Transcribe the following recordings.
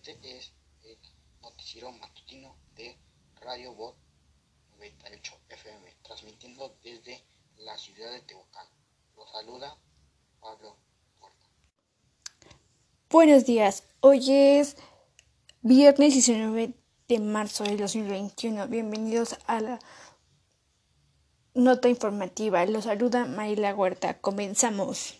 Este es el noticiero matutino de Radio Bot 98 FM, transmitiendo desde la ciudad de Tehuacán. Los saluda Pablo Puerta. Buenos días, hoy es viernes 19 de marzo del 2021. Bienvenidos a la nota informativa. Los saluda Marila Huerta. Comenzamos.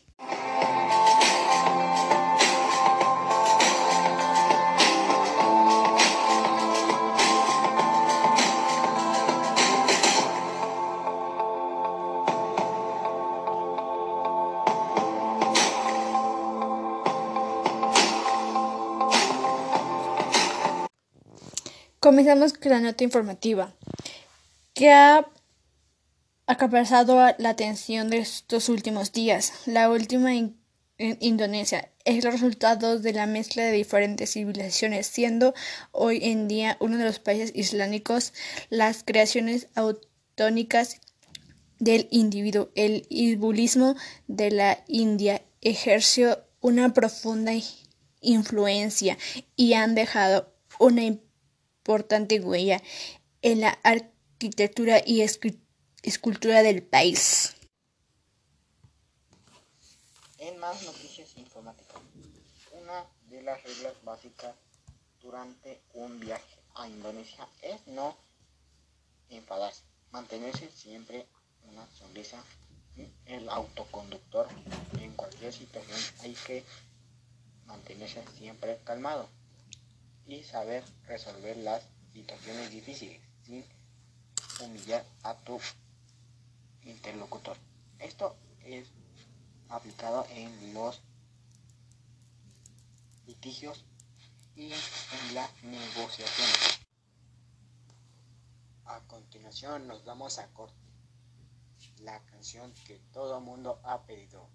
Comenzamos con la nota informativa, que ha acaparado la atención de estos últimos días. La última en Indonesia es el resultado de la mezcla de diferentes civilizaciones, siendo hoy en día uno de los países islámicos. Las creaciones autónicas del individuo. El budismo de la India ejerció una profunda influencia y han dejado una importante huella en la arquitectura y escultura del país. En más noticias informáticas, una de las reglas básicas durante un viaje a Indonesia es no enfadarse, mantenerse siempre una sonrisa. El autoconductor, en cualquier situación hay que mantenerse siempre calmado y saber resolver las situaciones difíciles sin humillar a tu interlocutor. Esto es aplicado en los litigios y en la negociación. A continuación nos vamos a corte. La canción que todo mundo ha pedido.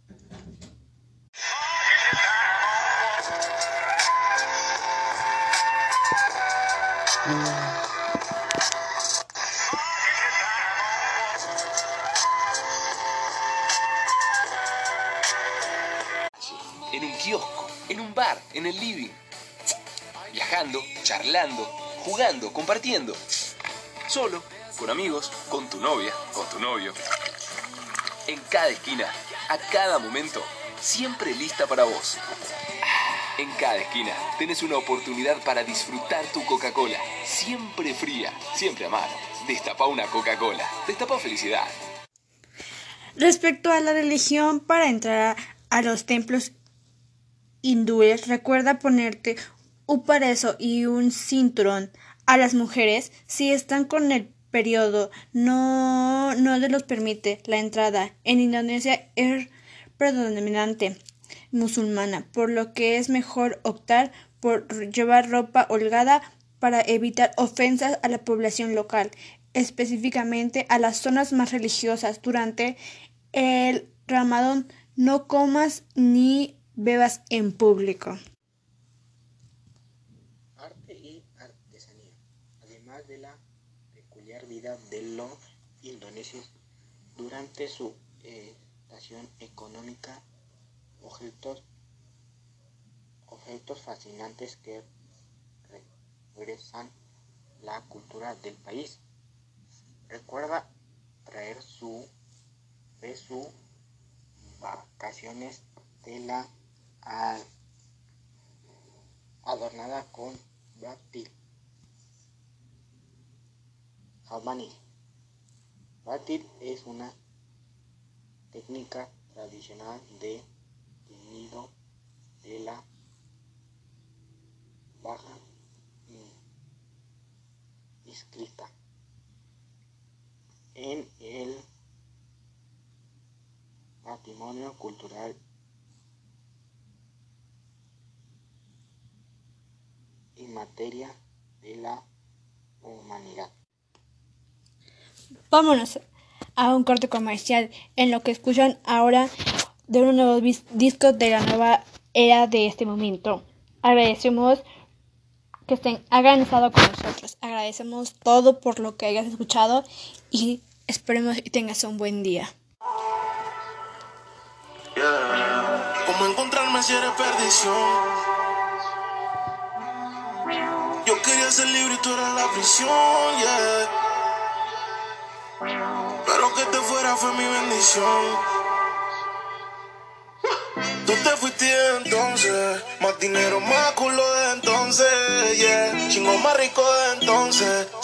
En un kiosco, en un bar, en el living, viajando, charlando, jugando, compartiendo, solo, con amigos, con tu novia, con tu novio. En cada esquina, a cada momento, siempre lista para vos. En cada esquina tenés una oportunidad para disfrutar tu Coca-Cola, siempre fría, siempre a mano. Destapá una Coca-Cola, destapá felicidad. Respecto a la religión, para entrar a los templos hindúes, recuerda ponerte un parezo y un cinturón. A las mujeres, si están con el periodo, no les los permite la entrada. En Indonesia es predominante musulmana, por lo que es mejor optar por llevar ropa holgada para evitar ofensas a la población local, específicamente a las zonas más religiosas. Durante el Ramadán no comas ni bebas en público. Arte y artesanía. Además de la peculiar vida de los indonesios durante su estación económica, objetos fascinantes que regresan la cultura del país. Recuerda traer de sus vacaciones tela adornada con batik. Habani. Batik es una técnica tradicional de teñido de la baja inscrita en el patrimonio cultural y materia de la humanidad. Vámonos a un corte comercial en lo que escuchan ahora de unos nuevos discos de la nueva era de este momento. Agradecemos que hayan estado con nosotros. Agradecemos todo por lo que hayas escuchado y esperemos que tengas un buen día. ¿Cómo encontrarme si eres perdición? Yo quería ser libre y tú eras la prisión, yeah. Pero que te fuera fue mi bendición. Tú te fuiste entonces, más dinero, más culo de entonces, yeah. Chingo más rico de entonces.